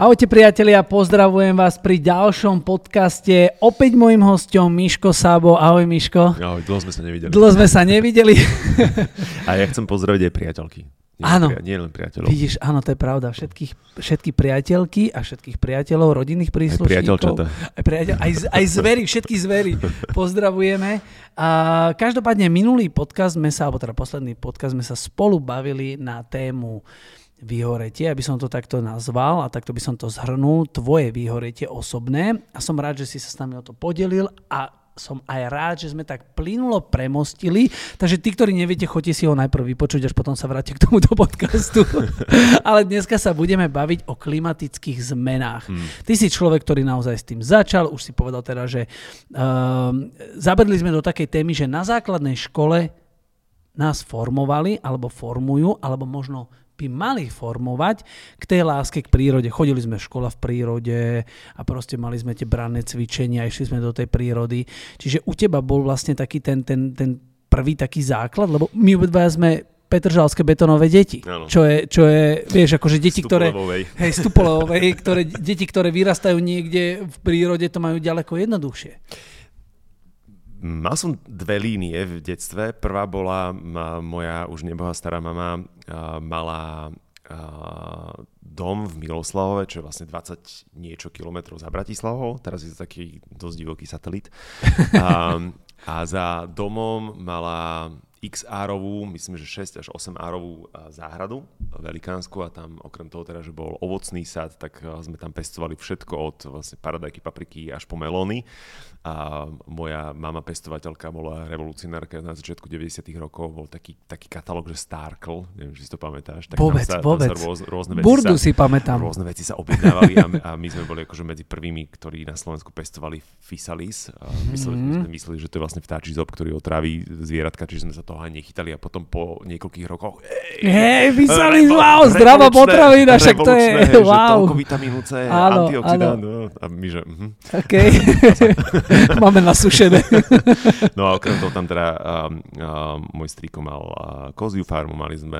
Ahojte priatelia, pozdravujem vás pri ďalšom podcaste. Opäť mojím hosťom Miško Sábo. Ahoj Miško. Ahoj, dlho sme sa nevideli. A ja chcem pozdraviť aj priateľky. Nie len priateľov. Vidíš, áno, to je pravda. Všetky priateľky a všetkých priateľov, rodinných príslušníkov. Aj zvery, všetky zvery. Pozdravujeme. A každopádne posledný podcast sme sa spolu bavili na tému vyhoretie, aby som to takto nazval a takto by som to zhrnul, tvoje vyhoretie osobné. A som rád, že si sa s nami o to podelil a som aj rád, že sme tak plynulo premostili. Takže tí, ktorí neviete, choďte si ho najprv vypočuť, až potom sa vráte k tomuto podcastu. Ale dneska sa budeme baviť o klimatických zmenách. Ty si človek, ktorý naozaj s tým začal. Už si povedal teda, že zabrdli sme do takej témy, že na základnej škole nás formovali, alebo formujú, alebo možno by mali formovať k tej láske k prírode. Chodili sme v škole v prírode a proste mali sme tie branné cvičenia, išli sme do tej prírody. Čiže u teba bol vlastne taký ten prvý taký základ, lebo my obidvaja sme petržalské betónové deti. Čo je, vieš, akože deti, Stupolevovej, deti, ktoré vyrastajú niekde v prírode, to majú ďaleko jednoduchšie. Mal som dve línie v detstve. Prvá bola, moja už nebohá stará mama mala dom v Miloslavove, čo je vlastne 20 niečo kilometrov za Bratislavou. Teraz je to taký dosť divoký satelit. A za domom mala XR-ovú, myslím, že 6 až 8 árovú záhradu, velikánsku, a tam okrem toho teda, že bol ovocný sad, tak sme tam pestovali všetko od vlastne paradajky, papriky až po melóny. A moja mama pestovateľka bola revolucionárka na začiatku 90. rokov, bol taký katalóg, že Starkle, neviem, či si to pamätáš. Tak vôbec. Rôzne veci Burdu si pamätám. Rôzne veci sa objednávali a my sme boli akože medzi prvými, ktorí na Slovensku pestovali Physalis. Mysleli, že to je vlastne vtáčí zob, ktorý otráví zvieratka, čiže sme sa toho ani nechytali a potom po niekoľkých rokoch Physalis, wow, zdravá potravina, však to je, wow. Toľko vitamínu C, antioxidant. A my, že... Okay. Máme nasušené. No a okrem toho tam teda môj strýko mal koziu farmu, mali sme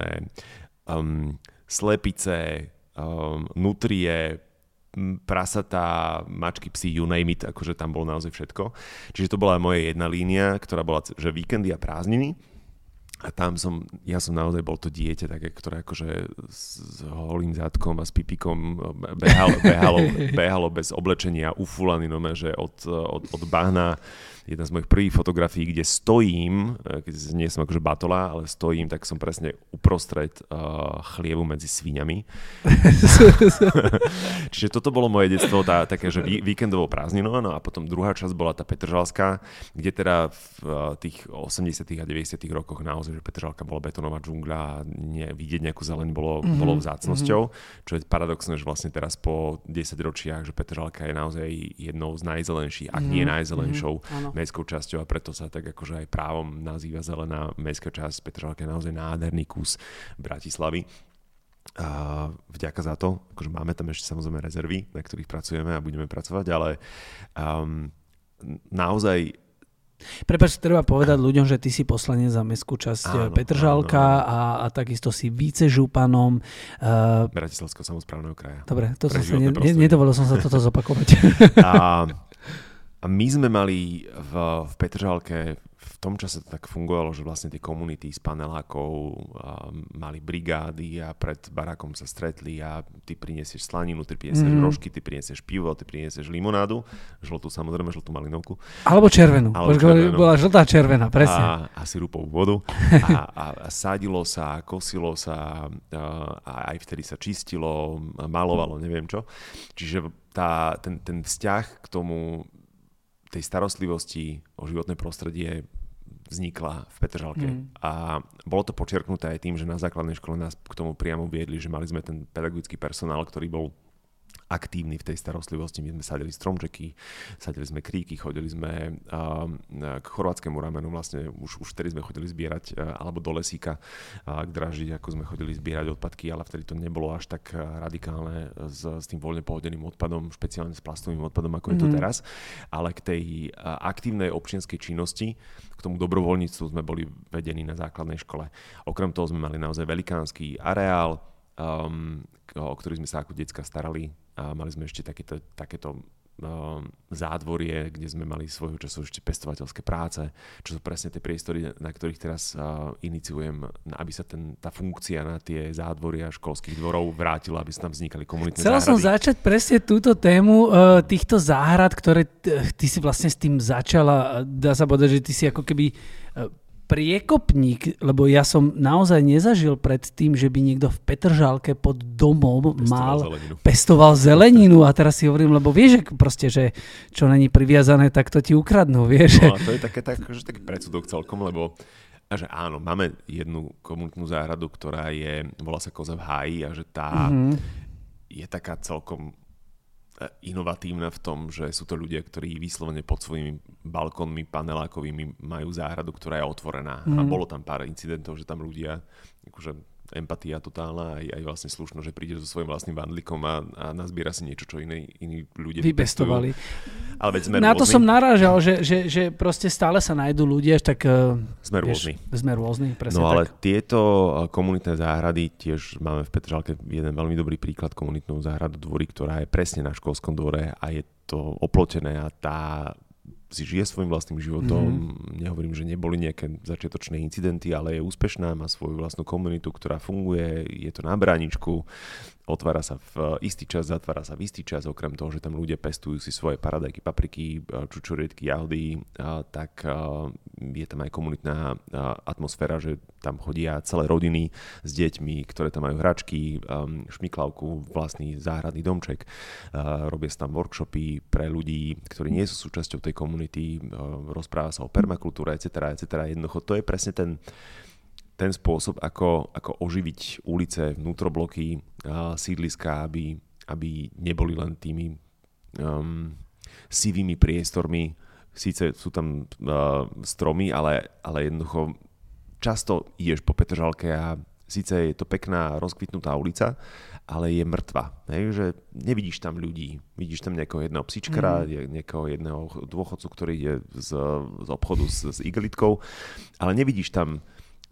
slepice, nutrie, prasatá, mačky, psi, you name it, akože tam bolo naozaj všetko. Čiže to bola moja jedna línia, ktorá bola, že víkendy a prázdniny. A tam ja som naozaj bol to dieťa, také, ktoré akože s holým zadkom a s pipikom behalo bez oblečenia, ufúlaný, že od bahna. Jedna z mojich prvých fotografií, kde stojím, keď nie som akože batola, ale stojím, tak som presne uprostred chlievu medzi sviňami. Čiže toto bolo moje detstvo, také, že víkendovo prázdnino, no a potom druhá časť bola tá petržalská, kde teda v tých 80. a 90. rokoch naozaj, že Petržalka bola betónová džungľa a vidieť nejakú zeleň bolo vzácnosťou, čo je paradoxné, že vlastne teraz po 10 ročiach, že Petržalka je naozaj jednou z najzelenších, ak nie najzelenšou mestskou časťou, a preto sa tak akože aj právom nazýva zelená mestská časť. Petržalka je naozaj nádherný kus Bratislavy. A vďaka za to, akože máme tam ešte samozrejme rezervy, na ktorých pracujeme a budeme pracovať, ale naozaj... Prepáč, treba povedať ľuďom, že ty si poslanec za mestskú časť Petržalka a takisto si vicežupanom Bratislavského samosprávneho kraja. Dobre, to som sa nedovolil som sa toto zopakovať. A my sme mali v Petržalke, v tom čase to tak fungovalo, že vlastne tie komunity z panelákov mali brigády a pred barákom sa stretli a ty priniesieš slaninu, ty priniesieš rožky, ty priniesieš pivo, ty priniesieš limonádu, žltú samozrejme, žltú malinovku. Alebo červenú. Bola žltá červená, presne. A sirupovú vodu. A sadilo sa, kosilo sa, a aj vtedy sa čistilo, malovalo, neviem čo. Čiže ten vzťah k tomu, tej starostlivosti o životné prostredie vznikla v Petržalke. A bolo to počiarknuté aj tým, že na základnej škole nás k tomu priamo viedli, že mali sme ten pedagogický personál, ktorý bol aktívni v tej starostlivosti. My sme sadili stromčeky, sadili sme kríky, chodili sme k chorvátskemu ramenu, vlastne už vtedy sme chodili zbierať, alebo do lesíka k draži, ako sme chodili zbierať odpadky, ale vtedy to nebolo až tak radikálne s tým voľne pohodeným odpadom, špeciálne s plastovým odpadom, ako je to teraz. Ale k tej aktívnej občianskej činnosti, k tomu dobrovoľníctvu sme boli vedení na základnej škole. Okrem toho sme mali naozaj velikánsky areál, o ktorý sme sa ako decka starali. a mali sme ešte takéto zádvorie, kde sme mali svojho času ešte pestovateľské práce, čo sú presne tie priestory, na ktorých teraz iniciujem, aby sa tá funkcia na tie zádvoria školských dvorov vrátila, aby sa tam vznikali komunitné záhrady. Chcel som začať presne túto tému týchto záhrad, ktoré ty si vlastne s tým začala. Dá sa povedať, že ty si ako keby priekopník, lebo ja som naozaj nezažil pred tým, že by niekto v Petržalke pod domom pestoval zeleninu a teraz si hovorím, lebo vieš, proste, že čo není priviazané, tak to ti ukradnú, vieš. No a to je taký predsudok celkom, lebo že áno, máme jednu komunitnú záhradu, ktorá volá sa Koza v háji a že tá je taká celkom inovatívna v tom, že sú to ľudia, ktorí vyslovene pod svojimi balkónmi panelákovými majú záhradu, ktorá je otvorená. A bolo tam pár incidentov, že tam ľudia, akože empatia totálna, aj vlastne slušno, že príde so svojím vlastným vandlikom a nazbiera si niečo, čo iní ľudia vypestovali. Ale veď sme na rôzni. To som narážal, že proste stále sa nájdú ľudia, tak sme rôzni. Sme rôzni, presne no ale tak. Tieto komunitné záhrady, tiež máme v Petržalke jeden veľmi dobrý príklad, komunitnú záhradu Dvory, ktorá je presne na školskom dvore a je to oplotené a tá si žije svojím vlastným životom. Nehovorím, že neboli nejaké začiatočné incidenty, ale je úspešná, má svoju vlastnú komunitu, ktorá funguje, je to na bráničku, otvára sa v istý čas, zatvára sa v istý čas, okrem toho, že tam ľudia pestujú si svoje paradajky, papriky, čučoriedky, jahody, tak je tam aj komunitná atmosféra, že tam chodia celé rodiny s deťmi, ktoré tam majú hračky, šmiklavku, vlastný záhradný domček, robia sa tam workshopy pre ľudí, ktorí nie sú súčasťou tej komunity, rozpráva sa o permakultúre, etc. Jednoducho to je presne ten spôsob, ako oživiť ulice, vnútrobloky, sídliská, aby neboli len tými sivými priestormi. Síce sú tam stromy, ale jednoducho často ideš po Petržalke a síce je to pekná rozkvitnutá ulica, ale je mŕtva. Že nevidíš tam ľudí. Vidíš tam nejakého jedného psičkara, nejakého jedného dôchodcu, ktorý je z obchodu s igelitkou, ale nevidíš tam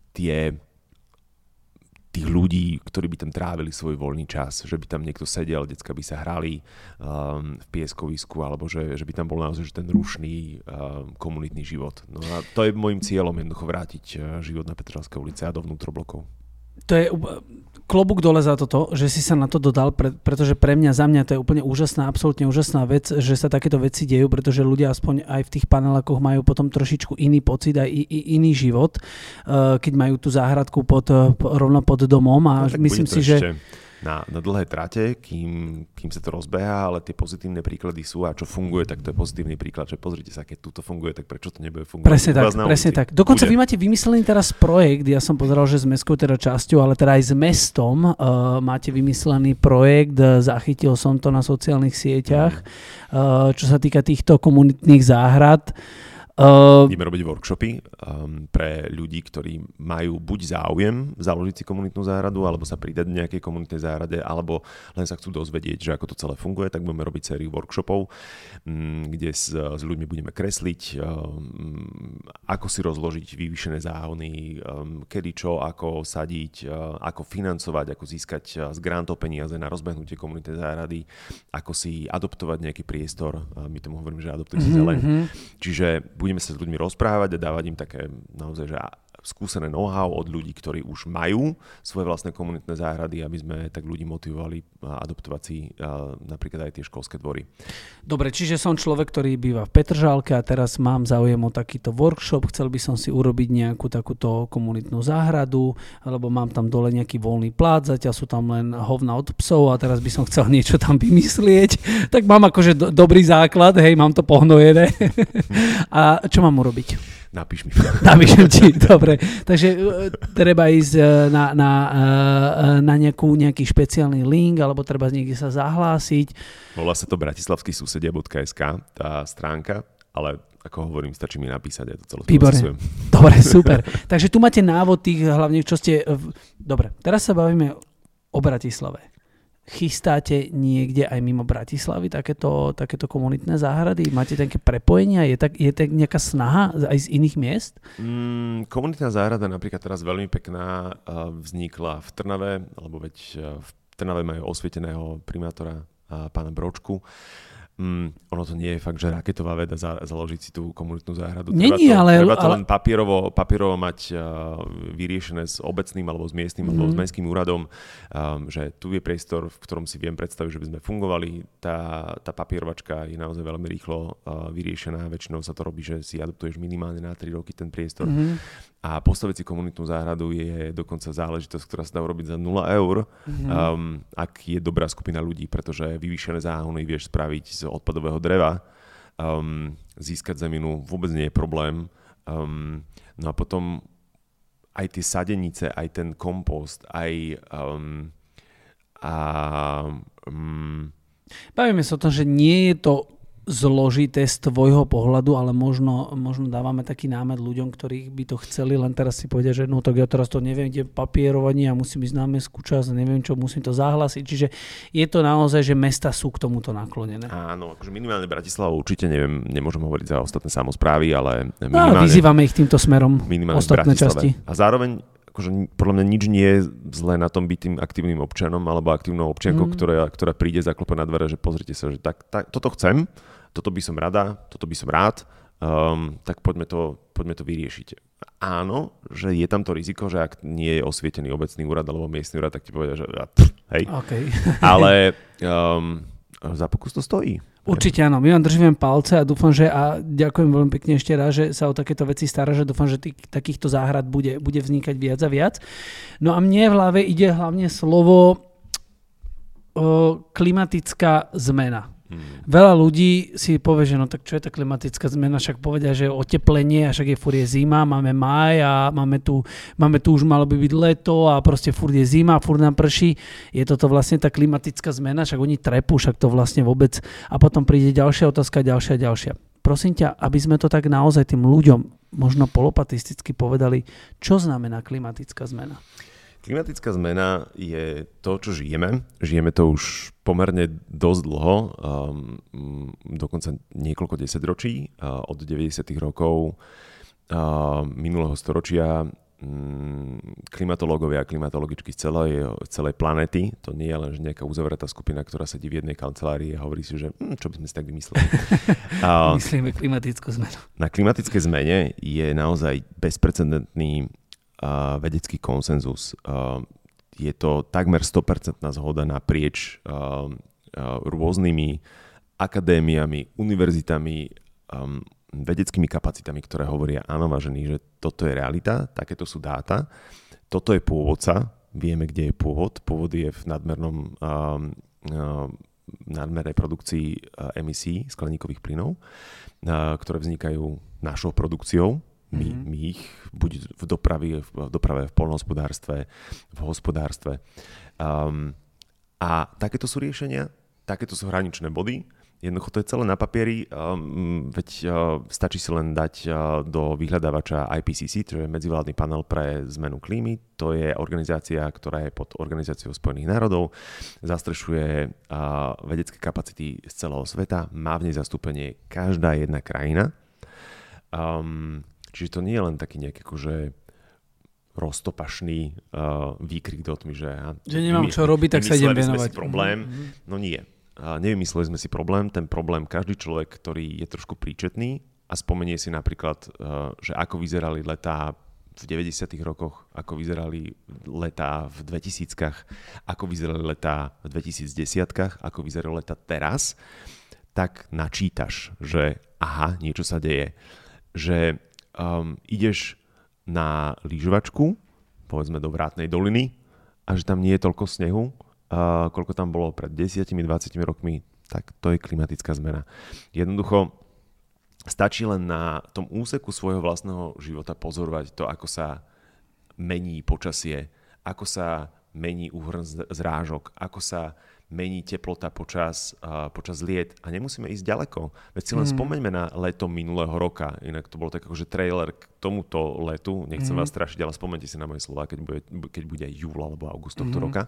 tých ľudí, ktorí by tam trávili svoj voľný čas, že by tam niekto sedel, decka by sa hrali v pieskovisku, alebo že by tam bol naozaj ten rušný komunitný život. No a to je môjim cieľom jednoducho vrátiť život na Petržalskej ulici a do vnútroblokov. To je klobúk dole za toto, že si sa na to dodal, pretože pre mňa, za mňa to je úplne úžasná, absolútne úžasná vec, že sa takéto veci dejú, pretože ľudia aspoň aj v tých panelákoch majú potom trošičku iný pocit, aj iný život, keď majú tú záhradku rovno pod domom a no, myslím si, že na dlhé trate, kým sa to rozbehá, ale tie pozitívne príklady sú a čo funguje, tak to je pozitívny príklad, že pozrite sa, keď túto funguje, tak prečo to nebude fungovať? Presne tak. Dokonca vy máte vymyslený teraz projekt, ja som pozeral, že s mestskou teda časťou, ale teda aj s mestom máte vymyslený projekt, zachytil som to na sociálnych sieťach, čo sa týka týchto komunitných záhrad. Ideme robiť workshopy pre ľudí, ktorí majú buď záujem založiť si komunitnú záhradu, alebo sa pridať do nejakej komunitnej záhrade, alebo len sa chcú dozvedieť, že ako to celé funguje, tak budeme robiť sériu workshopov, kde s ľuďmi budeme kresliť, ako si rozložiť vyvýšené záhony, kedy čo, ako sadiť, ako financovať, ako získať z grantov peniaze na rozbehnutie komunitnej záhrady, ako si adoptovať nejaký priestor, my tomu hovoríme, že adoptuj si zeleň. Čiže budeme sa s ľuďmi rozprávať a dávať im také naozaj, že skúsené know-how od ľudí, ktorí už majú svoje vlastné komunitné záhrady, aby sme tak ľudí motivovali adoptovať si napríklad aj tie školské dvory. Dobre, čiže som človek, ktorý býva v Petržalke a teraz mám záujem o takýto workshop, chcel by som si urobiť nejakú takúto komunitnú záhradu, alebo mám tam dole nejaký voľný plát, zatiaľ sú tam len hovna od psov a teraz by som chcel niečo tam vymyslieť, tak mám akože dobrý základ, hej, mám to pohnojené. A čo mám urobiť? Napíš mi. Napíšem ti, dobre. Takže treba ísť na nejaký špeciálny link, alebo treba niekde sa zahlásiť. Volá sa to bratislavskisusedia.sk, tá stránka, ale ako hovorím, stačí mi napísať, aj to celé procesujem. Dobre, super. Takže tu máte návod tých hlavne, čo ste... Dobre, teraz sa bavíme o Bratislave. Chystáte niekde aj mimo Bratislavy takéto komunitné záhrady? Máte také prepojenia? Je tak nejaká snaha aj z iných miest? Komunitná záhrada napríklad teraz veľmi pekná vznikla v Trnave, lebo veď v Trnave majú osvieteného primátora pána Bročku. Ono to nie je fakt, že raketová veda založiť si tú komunitnú záhradu. Treba to len papierovo mať vyriešené s obecným alebo s miestnym alebo s mestským úradom, že tu je priestor, v ktorom si viem predstaviť, že by sme fungovali. Tá papierovačka je naozaj veľmi rýchlo vyriešená. Väčšinou sa to robí, že si adaptuješ minimálne na 3 roky ten priestor. A postaviť si komunitnú záhradu je dokonca záležitosť, ktorá sa dá urobiť za 0 eur, ak je dobrá skupina ľudí, pretože vyvýšené záhony vieš spraviť z odpadového dreva, získať zeminu vôbec nie je problém. No a potom aj tie sadenice, aj ten kompost, Bavíme sa o tom, že nie je to zložité z tvojho pohľadu, ale možno dávame taký námed ľuďom, ktorých by to chceli, len teraz si povedia, že no tak ja teraz to neviem, kde papierovanie a musím ísť na mestskú časť, neviem čo, musím to zahlásiť. Čiže je to naozaj, že mesta sú k tomuto naklonené. Áno, akože minimálne Bratislava určite nemôžem hovoriť za ostatné samosprávy, ale minimálne... vyzývame ich týmto smerom, ostatné časti. A zároveň akože podľa mňa nič nie je zlé na tom byť tým aktívnym občanom alebo aktívnou občiankou, ktorá príde, zaklope na dvere, že pozrite sa, že tak toto chcem, toto by som rada, toto by som rád, tak poďme to vyriešiť. Áno, že je tam to riziko, že ak nie je osvietený obecný úrad alebo miestny úrad, tak ti povedia, že hej. Okay. Ale za pokus to stojí. Určite áno, my vám držíme palce a dúfam, že a ďakujem veľmi pekne ešte raz, že sa o takéto veci stará, že dúfam, že takýchto záhrad bude vznikať viac a viac. No a mne v hlave ide hlavne slovo klimatická zmena. Veľa ľudí si povie, že no tak čo je tá klimatická zmena, však povedia, že oteplenie, a však je furt je zima, máme máj a máme tu už malo by byť leto a proste furt je zima, furt nám prší. Je toto vlastne tá klimatická zmena, však oni trepú, však to vlastne vôbec. A potom príde ďalšia otázka, ďalšia. Prosím ťa, aby sme to tak naozaj tým ľuďom možno polopatisticky povedali, čo znamená klimatická zmena? Klimatická zmena je to, čo žijeme. Žijeme to už pomerne dosť dlho, dokonca niekoľko desaťročí. Od 90. rokov minulého storočia klimatológovia a klimatologičky z celej planety, to nie je len že nejaká uzavretá skupina, ktorá sedí v jednej kancelárii a hovorí si, že čo by sme si tak vymysleli. Myslíme klimatickú zmenu. Na klimatickej zmene je naozaj bezprecedentný vedecký konsenzus. Je to takmer 100% zhoda naprieč rôznymi akadémiami, univerzitami, vedeckými kapacitami, ktoré hovoria, áno, vážení, že toto je realita, takéto sú dáta, toto je pôvodca, vieme, kde je pôvod. Pôvod je v nadmernej produkcii emisí skleníkových plynov, ktoré vznikajú našou produkciou. My ich buď v doprave, v poľnohospodárstve, v hospodárstve. A takéto sú riešenia, takéto sú hraničné body. Jednoducho to je celé na papieri, veď stačí si len dať do vyhľadávača IPCC, čo je medzivládny panel pre zmenu klímy. To je organizácia, ktorá je pod Organizáciou spojených národov, zastrešuje vedecké kapacity z celého sveta, má v nej zastúpenie každá jedna krajina. Čiže to nie je len taký nejaký akože roztopašný výkrik do tmy, že nemám čo robiť, tak sa idem venovať. Sme si problém. No nie. Nevymysleli sme si problém. Ten problém každý človek, ktorý je trošku príčetný a spomenie si napríklad, že ako vyzerali letá v 90. rokoch, ako vyzerali letá v 2000-kách, ako vyzerali letá v 2010-kách, ako vyzerali letá teraz, tak načítaš, že aha, niečo sa deje. Že ideš na lyžovačku, povedzme do Vrátnej doliny, a že tam nie je toľko snehu, koľko tam bolo pred 10-20 rokmi, tak to je klimatická zmena. Jednoducho stačí len na tom úseku svojho vlastného života pozorovať to, ako sa mení počasie, ako sa mení úhrn zrážok, ako sa mení teplota počas liet. A nemusíme ísť ďaleko. Veď si len spomeňme na leto minulého roka. Inak to bolo tak akože trailer k tomuto letu. Nechcem vás strašiť, ale spomeňte si na moje slova, keď bude júl alebo august tohto roka.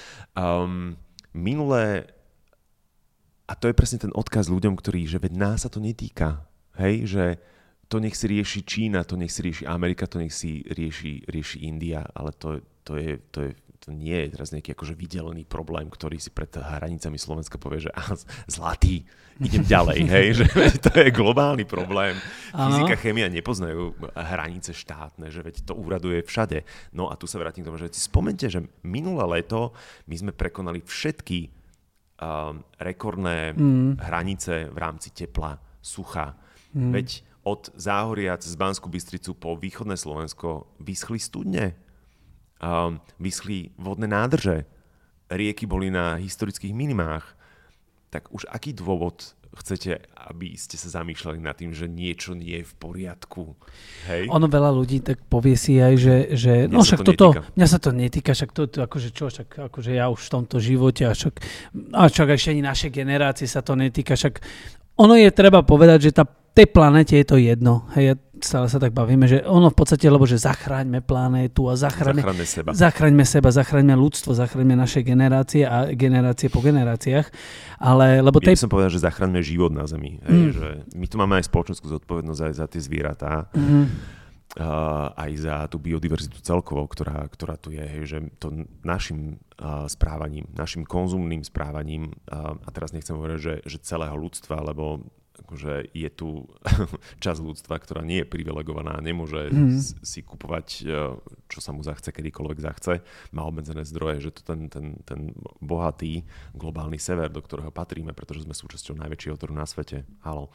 Minulé, a to je presne ten odkaz ľuďom, ktorí, že veď nás sa to netýka. Hej, že to nech si rieši Čína, to nech si rieši Amerika, to nech si rieši India, ale to je to nie je teraz nejaký akože vydelený problém, ktorý si pred hranicami Slovenska povie, že zlatý, idem ďalej, hej, že to je globálny problém. Fyzika, chémia nepoznajú hranice štátne, že veď to úraduje všade. No a tu sa vrátim k tomu, že si spomente, že minulé leto my sme prekonali všetky rekordné hranice v rámci tepla, sucha. Veď od Záhoria cez Banskú Bystricu po východné Slovensko vyschli studne. Vyschli vodné nádrže, rieky boli na historických minimách, tak už aký dôvod chcete, aby ste sa zamýšľali nad tým, že niečo nie je v poriadku? Hej? Ono veľa ľudí tak povie si aj, že no však mňa sa to netýka, však to akože čo, však akože ja už v tomto živote a však ešte ani naše generácie sa to netýka, však ono je treba povedať, že tej planete je to jedno. Hej, stále sa tak bavíme, že ono v podstate, lebo že zachráňme planétu a zachráňme seba, zachráňme ľudstvo, zachráňme naše generácie a generácie po generáciách. Ale, lebo by som povedal, že zachráňme život na Zemi. Hej, že my tu máme aj spoločenskú zodpovednosť aj za tie zvieratá. Aj za tú biodiverzitu celkovo, ktorá tu je, hej, že to našim správaním, našim konzumným správaním, a teraz nechcem hovoriť, že celého ľudstva, lebo akože je tu časť ľudstva, ktorá nie je privilegovaná, nemôže si kupovať, čo sa mu zachce, kedykoľvek zachce, má obmedzené zdroje, že to ten bohatý globálny sever, do ktorého patríme, pretože sme súčasťou najväčšieho trhu na svete. Haló.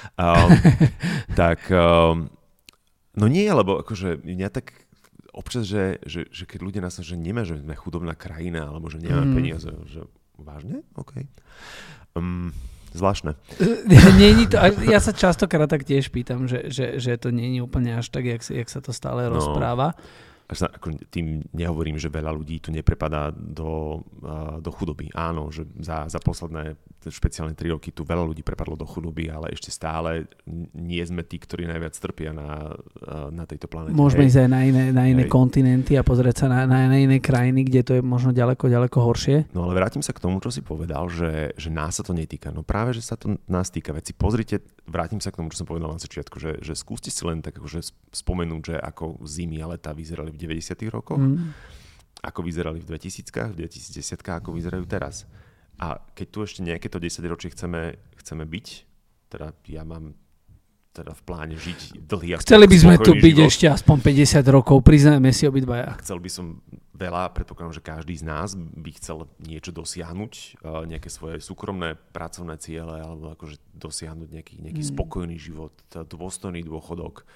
No nie, lebo akože mňa tak občas, že keď ľudia nás že nemá, že sme chudobná krajina, alebo že nemáme peniaze, že vážne? OK. Zvláštne. Ja sa častokrát tak tiež pýtam, že to nie je úplne až tak, jak sa to stále rozpráva. Tým nehovorím, že veľa ľudí tu neprepadá do chudoby. Áno, že za posledné špeciálne 3 roky tu veľa ľudí prepadlo do chudoby, ale ešte stále nie sme tí, ktorí najviac trpia na tejto planete. Môžeme ísť aj na iné kontinenty a pozrieť sa na iné krajiny, kde to je možno ďaleko, ďaleko horšie. No ale vrátim sa k tomu, čo si povedal, že nás sa to netýka. No práve, že sa to nás týka. Veď si pozrite, vrátim sa k tomu, čo som povedal na začiatku, že skúste si len tak akože spomenúť, že ako zimy a letá vyzerali v 90. rokoch, ako vyzerali v 2000-kách, v 2010-kách, ako vyzerajú teraz. A keď tu ešte nejaké to 10 ročie chceme byť, teda ja mám teda v pláne žiť dlhý a chceli by sme tu byť život. Ešte aspoň 50 rokov, priznajme si obidvaja. Chcel by som veľa, predpokladám, že každý z nás by chcel niečo dosiahnuť, nejaké svoje súkromné pracovné ciele, alebo akože dosiahnuť nejaký spokojný život, dôstojný dôchodok,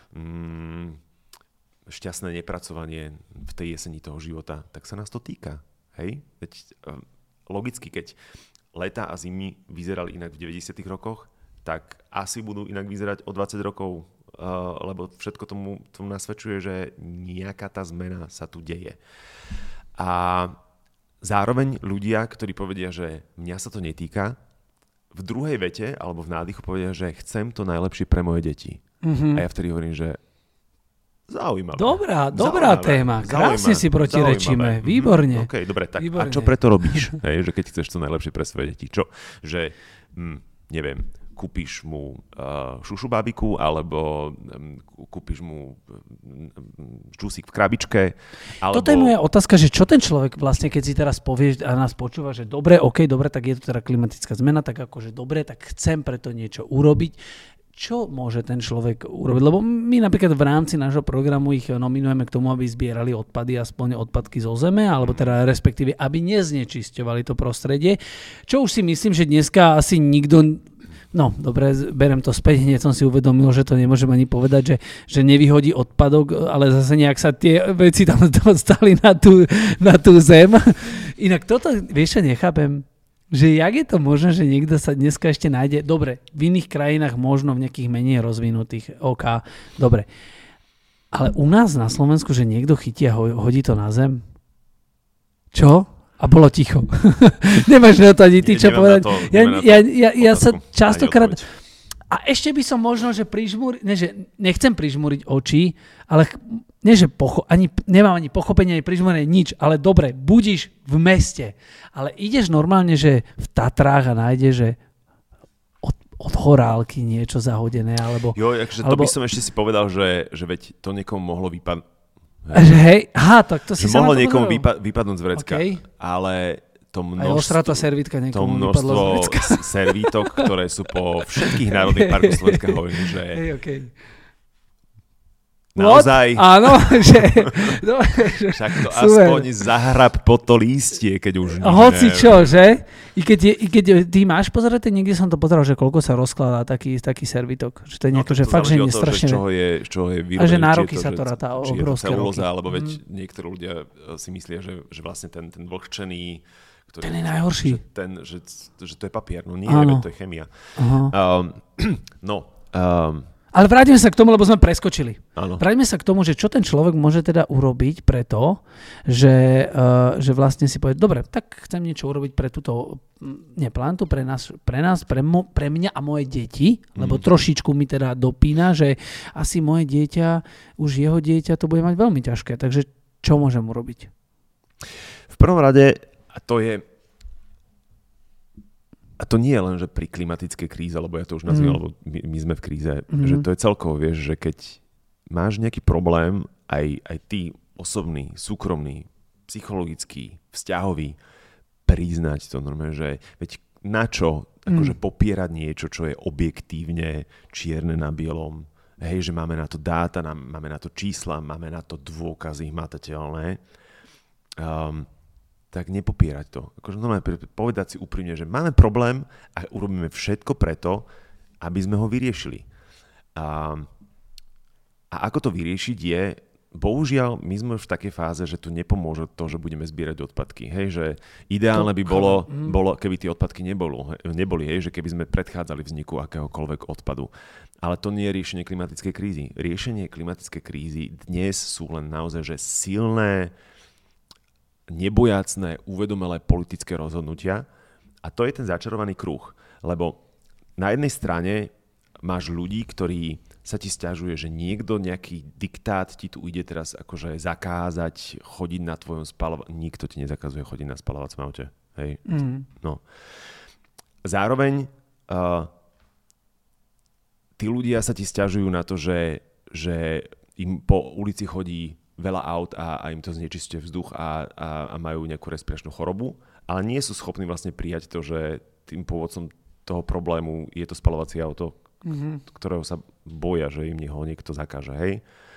šťastné nepracovanie v tej jeseni toho života, tak sa nás to týka. Hej? Veď, logicky, keď letá a zimy vyzerali inak v 90. rokoch, tak asi budú inak vyzerať o 20 rokov, lebo všetko tomu nasvedčuje, že nejaká tá zmena sa tu deje. A zároveň ľudia, ktorí povedia, že mňa sa to netýka, v druhej vete alebo v nádychu povedia, že chcem to najlepšie pre moje deti. A ja vtedy hovorím, že zaujímavé. Dobrá téma. Krásne si protirečíme. Výborne. OK, dobre, tak výborne. A čo preto robíš? Hej, že keď chceš to najlepšie pre svoje deti. Čo? Že, neviem, kúpiš mu šušubábiku, alebo kúpiš mu čusík v krabičke. Alebo... Toto je moja otázka, že čo ten človek vlastne, keď si teraz povie a nás počúva, že dobre, tak je to teda klimatická zmena, tak akože dobre, tak chcem preto niečo urobiť. Čo môže ten človek urobiť? Lebo my napríklad v rámci nášho programu ich nominujeme k tomu, aby zbierali odpady, aspoň odpadky zo zeme, alebo teda respektíve, aby neznečisťovali to prostredie. Čo už si myslím, že dneska asi nikto... No, dobre, berem to späť, hneď som si uvedomil, že to nemôžem ani povedať, že nevyhodí odpadok, ale zase nejak sa tie veci tam dostali na tú zem. Inak toto, vieš čo, nechápem. Že jak je to možné, že niekto sa dneska ešte nájde, dobre, v iných krajinách možno v nejakých menej rozvinutých, OK, dobre. Ale u nás na Slovensku, že niekto chytí a hodí to na zem? Čo? A bolo ticho. Nemáš na to ani ty, čo povedať. Ja sa častokrát... A ešte by som možno, že nechcem prižmúriť oči, ale nemám ani pochopenie, ani prižmúrenie, nič, ale dobre, budíš v meste, ale ideš normálne, že v Tatrách a nájdeš, že od horálky niečo zahodené, alebo... Jo, takže to by som ešte si povedal, že veď to niekomu mohlo Hej, tak to si sa mohlo niekomu vypadnúť z vrecka, ale to množstvo... Aj ostrata servítka niekomu vypadla z vrecka. Servítok, ktoré sú po všetkých národných parkoch Slovenska hovorili, že... Naozaj? Áno, že... Však to aspoň zahrab po to lístie, keď už... Hoci čo, že? I keď ty máš pozerať, niekde som to pozeral, že koľko sa rozkladá taký servítok. Že to je nejako, že fakt, že nie strašne... Z čoho je vyrobený. A že nároky sa to ráta obrovské roky. Alebo veď niektorí ľudia si myslia, že vlastne ten vlhčený... Ten je najhorší. Že to je papier, no nie, to je chemia. Ale vráťme sa k tomu, lebo sme preskočili. Áno. Vráťme sa k tomu, že čo ten človek môže teda urobiť preto, že vlastne si povie, dobre, tak chcem niečo urobiť pre túto neplantu, pre mňa a moje deti, lebo trošičku mi teda dopína, že asi moje dieťa, už jeho dieťa to bude mať veľmi ťažké. Takže čo môžem urobiť? V prvom rade, a to nie je len, že pri klimatickej kríze, lebo ja to už nazývam, lebo my sme v kríze, že to je celkovo, vieš, že keď máš nejaký problém, aj ty osobný, súkromný, psychologický, vzťahový, priznať to normálne, že veď na čo akože popierať niečo, čo je objektívne čierne na bielom, hej, že máme na to dáta, máme na to čísla, máme na to dôkazy hmatateľné, tak nepopierať to. Akože povedať si úprimne, že máme problém a urobíme všetko preto, aby sme ho vyriešili. A ako to vyriešiť je, bohužiaľ, my sme v takej fáze, že tu nepomôže to, že budeme zbierať odpadky. Hej, že ideálne by bolo, keby tie odpadky neboli, hej, že keby sme predchádzali vzniku akéhokoľvek odpadu. Ale to nie je riešenie klimatickej krízy. Riešenie klimatickej krízy dnes sú len naozaj, že silné, nebojacné, uvedomelé politické rozhodnutia. A to je ten začarovaný kruh. Lebo na jednej strane máš ľudí, ktorí sa ti sťažuje, že niekto, nejaký diktát ti tu ide teraz akože zakázať chodiť na tvojom Nikto ti nezakazuje chodiť na spaľovacom aute. Hej? No. Zároveň tí ľudia sa ti sťažujú na to, že im po ulici chodí veľa aut a im to znečisťuje vzduch a majú nejakú respiračnú chorobu, ale nie sú schopní vlastne prijať to, že tým pôvodcom toho problému je to spaľovacie auto, ktorého sa boja, že im ho niekto zakáže. Hej?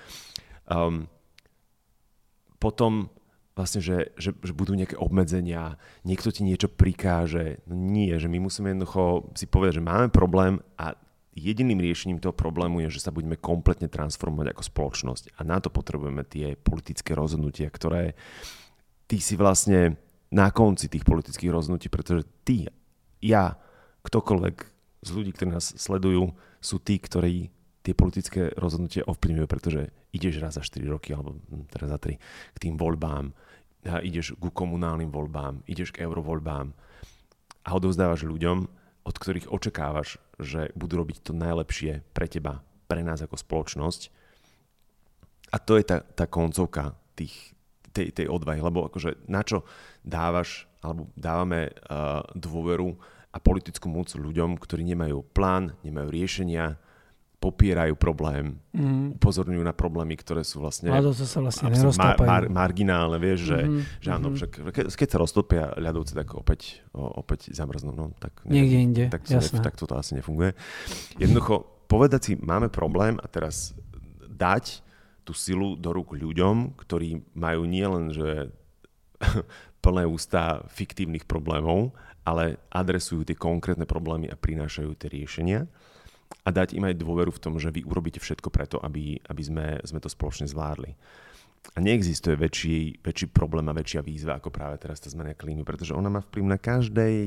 Potom vlastne, že budú nejaké obmedzenia, niekto ti niečo prikáže. No nie, že my musíme jednoducho si povedať, že máme problém a jediným riešením toho problému je, že sa budeme kompletne transformovať ako spoločnosť. A na to potrebujeme tie politické rozhodnutia, ktoré ty si vlastne na konci tých politických rozhodnutí, pretože ty, ja, ktokoľvek z ľudí, ktorí nás sledujú, sú tí, ktorí tie politické rozhodnutia ovplyvňujú, pretože ideš raz za 4 roky, alebo teraz za 3, k tým voľbám, a ideš ku komunálnym voľbám, ideš k eurovoľbám a odovzdávaš ľuďom, od ktorých očakávaš, že budú robiť to najlepšie pre teba, pre nás ako spoločnosť. A to je tá koncovka tej odvahy, lebo akože na čo dávaš, alebo dávame dôveru a politickú moc ľuďom, ktorí nemajú plán, nemajú riešenia, popierajú problém, upozorňujú na problémy, ktoré sú vlastne, marginálne, vieš, že áno, keď sa roztopia ľadovce, tak opäť zamrznú. No, tak niekde inde, tak toto asi nefunguje. Jednoducho povedať si, máme problém a teraz dať tú silu do rúk ľuďom, ktorí majú nielen, že plné ústa fiktívnych problémov, ale adresujú tie konkrétne problémy a prinášajú tie riešenia. A dať im aj dôveru v tom, že vy urobíte všetko preto, aby sme to spoločne zvládli. A neexistuje väčší problém a väčšia výzva ako práve teraz tá zmena klímy, pretože ona má vplyv na každý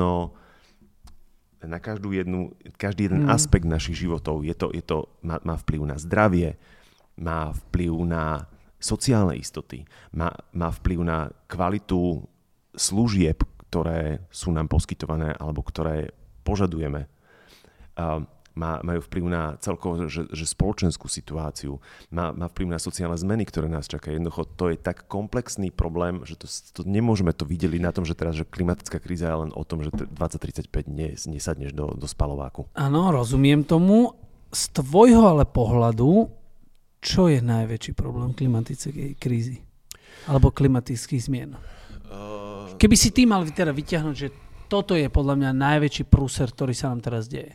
jeden aspekt našich životov. Má vplyv na zdravie, má vplyv na sociálne istoty, má vplyv na kvalitu služieb, ktoré sú nám poskytované alebo ktoré požadujeme. Majú vplyv na celkovo že spoločenskú situáciu, má vplyv na sociálne zmeny, ktoré nás čakajú. Jednoducho to je tak komplexný problém, že to nemôžeme to vidieť na tom, že teraz že klimatická kríza je len o tom, že 2035 nesadneš do spalováku. Áno, rozumiem tomu. Z tvojho ale pohľadu, čo je najväčší problém klimatickej krízy? Alebo klimatických zmien? Keby si ty mal teda vyťahnuť, že toto je podľa mňa najväčší prúser, ktorý sa nám teraz deje.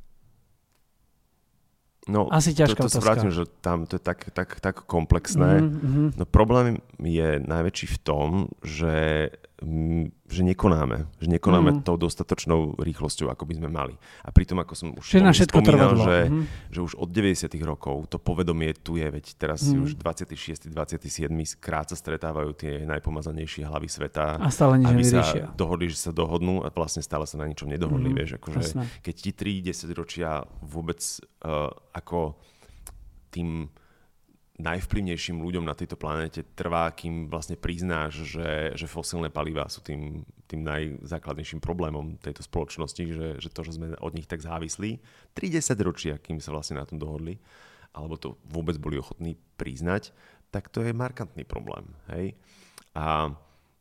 No, asi ťažká otázka. Vrátim, že tam to je tak komplexné. No problém je najväčší v tom, že nekonáme. Že nekonáme tou dostatočnou rýchlosťou, ako by sme mali. A pritom, ako som už spomínal, že už od 90. rokov to povedomie tu je, veď teraz už 26. 27. krát sa stretávajú tie najpomazanejšie hlavy sveta. A stále nič Sa nevyriešia. dohodli, že sa dohodnú a vlastne stále sa na ničom nedohodli. Vieš, akože, keď ti 3-10 ročia vôbec ako tým najvplyvnejším ľuďom na tejto planéte trvá, kým vlastne priznáš, že fosílne palivá sú tým najzákladnejším problémom tejto spoločnosti, že to, že sme od nich tak závislí. 30 ročia, kým sa vlastne na tom dohodli, alebo to vôbec boli ochotní priznať, tak to je markantný problém. Hej? A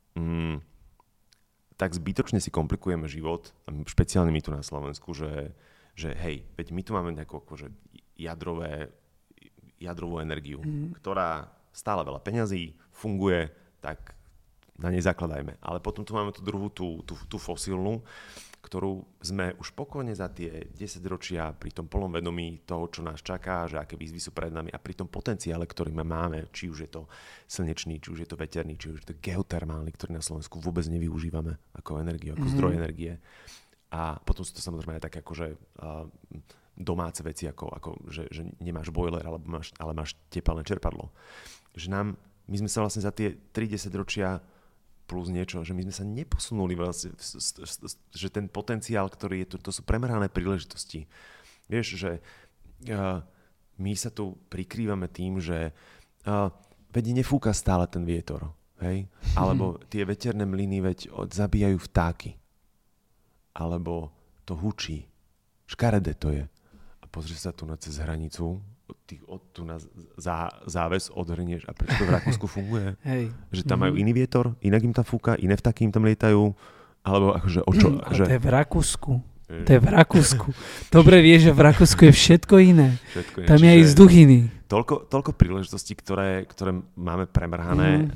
tak zbytočne si komplikujeme život, a špeciálne my tu na Slovensku, že hej, veď my tu máme nejakú akože jadrovú energiu, ktorá stále veľa peňazí, funguje, tak na nej zakladajme. Ale potom tu máme tú druhú, tú fosílnu, ktorú sme už pokojne za tie 10 ročia pri tom plnom vedomí toho, čo nás čaká, že aké výzvy sú pred nami a pri tom potenciále, ktorý my máme, či už je to slnečný, či už je to veterný, či už je to geotermálny, ktorý na Slovensku vôbec nevyužívame ako energiu, ako zdroj energie. A potom sú to samozrejme aj také akože domáce veci, že nemáš boiler, ale máš tepelné čerpadlo. Že my sme sa vlastne za tie 30 ročia plus niečo, že my sme sa neposunuli vlastne, že ten potenciál, ktorý je tu, to sú premerané príležitosti. Vieš, že my sa tu prikrývame tým, že veď nefúka stále ten vietor, hej? Alebo tie veterné mlyny veď zabíjajú vtáky. Alebo to hučí. Škaredé to je. Pozri sa tu na cez hranicu, tu na záves odhrnieš a prečo to v Rakúsku funguje? Hej. Že tam majú iný vietor, inak im tam fúka, iné vtáky im tam lietajú, alebo akože o čo? To je v Rakúsku. To je v Rakúsku. Dobre vieš, že v Rakúsku je všetko iné. Tam je aj vzduch iný. Toľko príležitostí, ktoré máme premrhané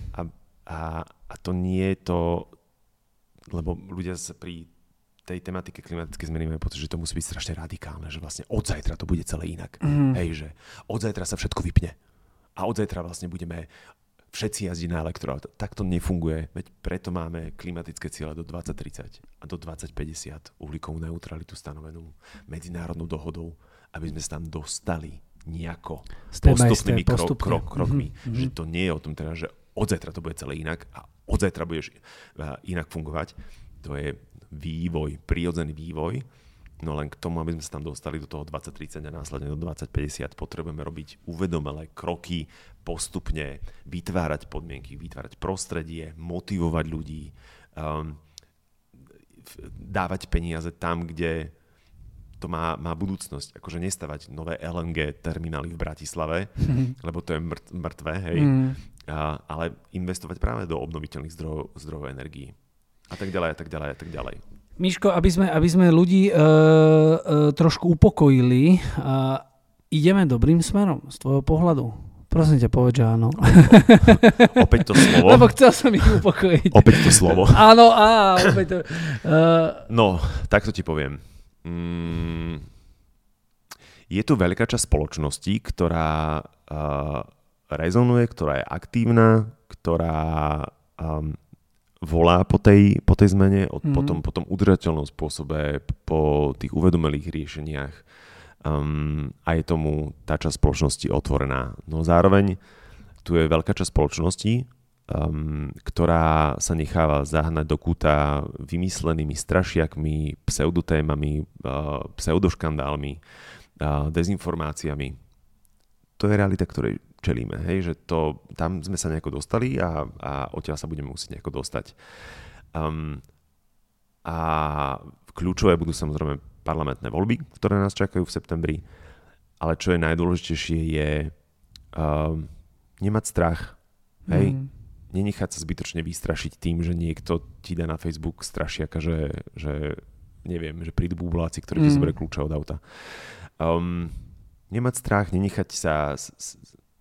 a to nie je to, lebo ľudia sa pri tej tematike klimatické zmeny majú pocit, že to musí byť strašne radikálne, že vlastne od zajtra to bude celé inak. Hej, že od zajtra sa všetko vypne. A od zajtra vlastne budeme všetci jazdiť na elektroauta. Tak to nefunguje, veď preto máme klimatické ciele do 2030 a do 2050 uhlíkovú neutralitu stanovenú medzinárodnou dohodou, aby sme sa tam dostali nejako postupnými krokmi. Že to nie je o tom teda, že od zajtra to bude celé inak a od zajtra budeš inak fungovať. To je vývoj, prirodzený vývoj, no len k tomu, aby sme sa tam dostali do toho 2030 a následne do 2050, potrebujeme robiť uvedomelé kroky, postupne vytvárať podmienky, vytvárať prostredie, motivovať ľudí, dávať peniaze tam, kde to má budúcnosť. Akože nestavať nové LNG terminály v Bratislave, lebo to je mŕtve, hej, ale investovať práve do obnoviteľných zdrojov energií. A tak ďalej, a tak ďalej, a tak ďalej. Miško, aby sme ľudí trošku upokojili, ideme dobrým smerom z tvojho pohľadu? Prosím ťa, povedz, že áno. Opäť to slovo. Lebo chcel som ich upokojiť. Opäť to slovo. Áno, opäť to. No, takto ti poviem. Je tu veľká časť spoločnosti, ktorá rezonuje, ktorá je aktívna, ktorá volá po tej zmene, po tom udržateľnom spôsobe, po tých uvedomelých riešeniach a je tomu tá časť spoločnosti otvorená. No zároveň tu je veľká časť spoločnosti, ktorá sa necháva zahnať do kúta vymyslenými strašiakmi, pseudotémami, pseudoškandálmi, dezinformáciami. To je realita, ktorej čelíme, hej, že tam sme sa nejako dostali a odtiaľ sa budeme musieť nejako dostať. A kľúčové budú samozrejme parlamentné voľby, ktoré nás čakajú v septembri, ale čo je najdôležitejšie je nemať strach, hej, nenechať sa zbytočne vystrašiť tým, že niekto ti dá na Facebook strašiaka, že neviem, že prídu bubláci, ktorí ti zoberie kľúče od auta. Nemať strach, nenechať sa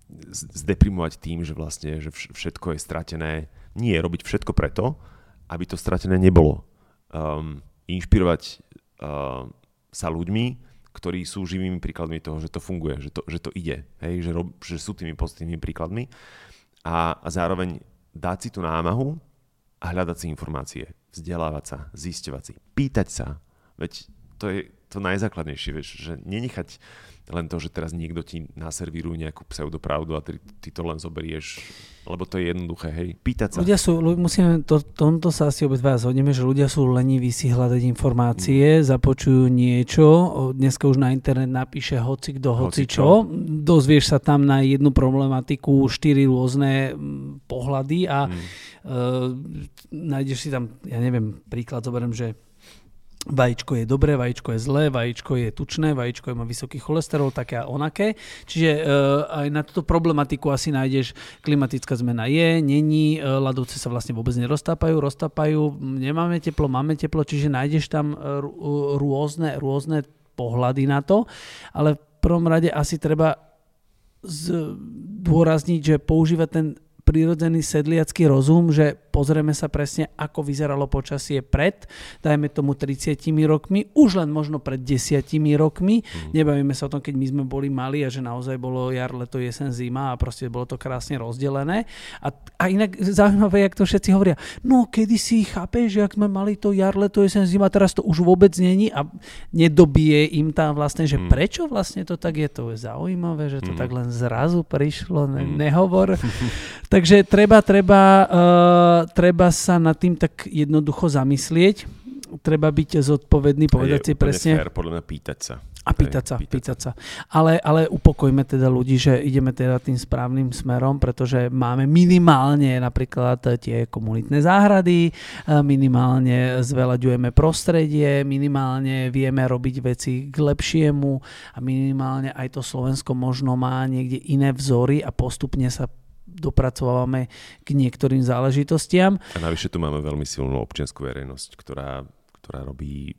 zdeprimovať tým, že vlastne že všetko je stratené. Nie, robiť všetko preto, aby to stratené nebolo. Inšpirovať sa ľuďmi, ktorí sú živými príkladmi toho, že to funguje, že to ide, hej? Že sú tými pozitívnymi príkladmi a zároveň dať si tú námahu a hľadať si informácie, vzdelávať sa, zisťovať si, pýtať sa. Veď to je to najzákladnejšie, vieš, že nenechať len to, že teraz niekto ti naservíruje nejakú pseudopravdu a ty to len zoberieš, lebo to je jednoduché, hej, pýtať sa. Tomto sa asi obidva zhodneme, že ľudia sú leniví si hľadať informácie, započujú niečo, dneska už na internet napíše hocikdo, hocičo, dozvieš sa tam na jednu problematiku 4 rôzne pohľady a nájdeš si tam, ja neviem, príklad zoberiem, že vajíčko je dobré, vajíčko je zlé, vajíčko je tučné, vajíčko má vysoký cholesterol, také a onaké. Čiže aj na túto problematiku asi nájdeš, klimatická zmena je, není, ľadovce sa vlastne vôbec roztápajú, nemáme teplo, máme teplo, čiže nájdeš tam rôzne pohľady na to, ale v prvom rade asi treba zdôrazniť, že používať ten prírodzený sedliacky rozum, že pozrieme sa presne, ako vyzeralo počasie pred, dajme tomu 30 rokmi, už len možno pred 10 rokmi. Nebavíme sa o tom, keď my sme boli mali a že naozaj bolo jar, leto, jesen, zima a proste bolo to krásne rozdelené. A inak zaujímavé, jak to všetci hovoria, no kedysi chápeš, že ak sme mali to jar, leto, jesen, zima, teraz to už vôbec není a nedobije im tam vlastne, že prečo vlastne to tak je. To je zaujímavé, že to tak len zrazu prišlo, nehovor. Takže treba sa nad tým tak jednoducho zamyslieť. Treba byť zodpovedný, povedať si presne. Fér, podľa mňa pýtať sa. A pýtať sa. Ale upokojme teda ľudí, že ideme teda tým správnym smerom, pretože máme minimálne napríklad tie komunitné záhrady, minimálne zveľaďujeme prostredie, minimálne vieme robiť veci k lepšiemu a minimálne aj to Slovensko možno má niekde iné vzory a postupne sa dopracovávame k niektorým záležitostiam. A navyše tu máme veľmi silnú občiansku verejnosť, ktorá robí,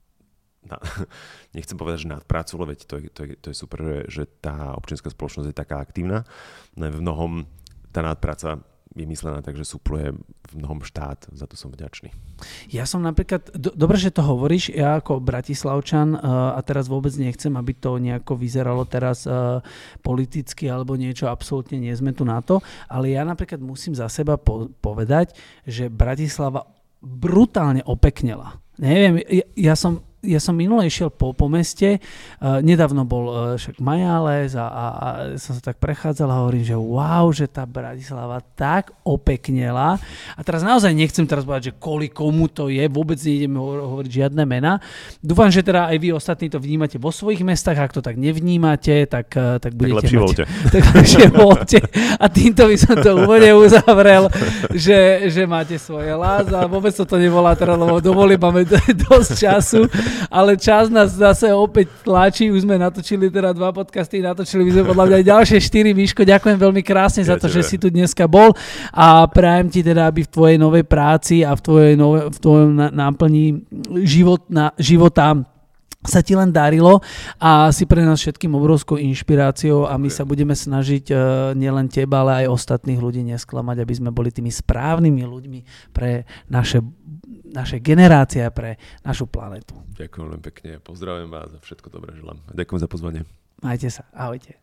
nechcem povedať, že nadprácu, lebo to je super, že tá občianská spoločnosť je taká aktívna. No v mnohom tá nadpráca je myslená tak, že súpluje v mnohom štát. Za to som vďačný. Ja som napríklad, dobre, že to hovoríš, ja ako Bratislavčan a teraz vôbec nechcem, aby to nejako vyzeralo teraz politicky alebo niečo, absolútne nie sme tu na to, ale ja napríklad musím za seba povedať, že Bratislava brutálne opeknela. Neviem, ja som minule išiel po meste, nedávno bol však Majales a som sa tak prechádzal a hovorím, že wow, že tá Bratislava tak opeknela. A teraz naozaj nechcem teraz povedať, že komu to je, vôbec neideme hovoriť žiadne mená. Dúfam, že teda aj vy ostatní to vnímate vo svojich mestách, ak to tak nevnímate, tak budete mať... Tak lepšie voľte. A týmto by som to úvodne uzavrel, že máte svoje lás a vôbec to nevolá teda, lebo dovolí, máme dosť času. Ale čas nás zase opäť tlačí, už sme natočili teda 2 podcasty, natočili by sme podľa mňa aj ďalšie 4. Miško, ďakujem veľmi krásne za to, že si tu dneska bol a prajem ti teda, aby v tvojej novej práci a v tvojom náplní života sa ti len darilo a si pre nás všetkým obrovskou inšpiráciou a my sa budeme snažiť nielen teba, ale aj ostatných ľudí nesklamať, aby sme boli tými správnymi ľuďmi pre naše generácie a pre našu planetu. Ďakujem veľmi pekne, pozdravujem vás a všetko dobré želám. Ďakujem za pozvanie. Majte sa, ahojte.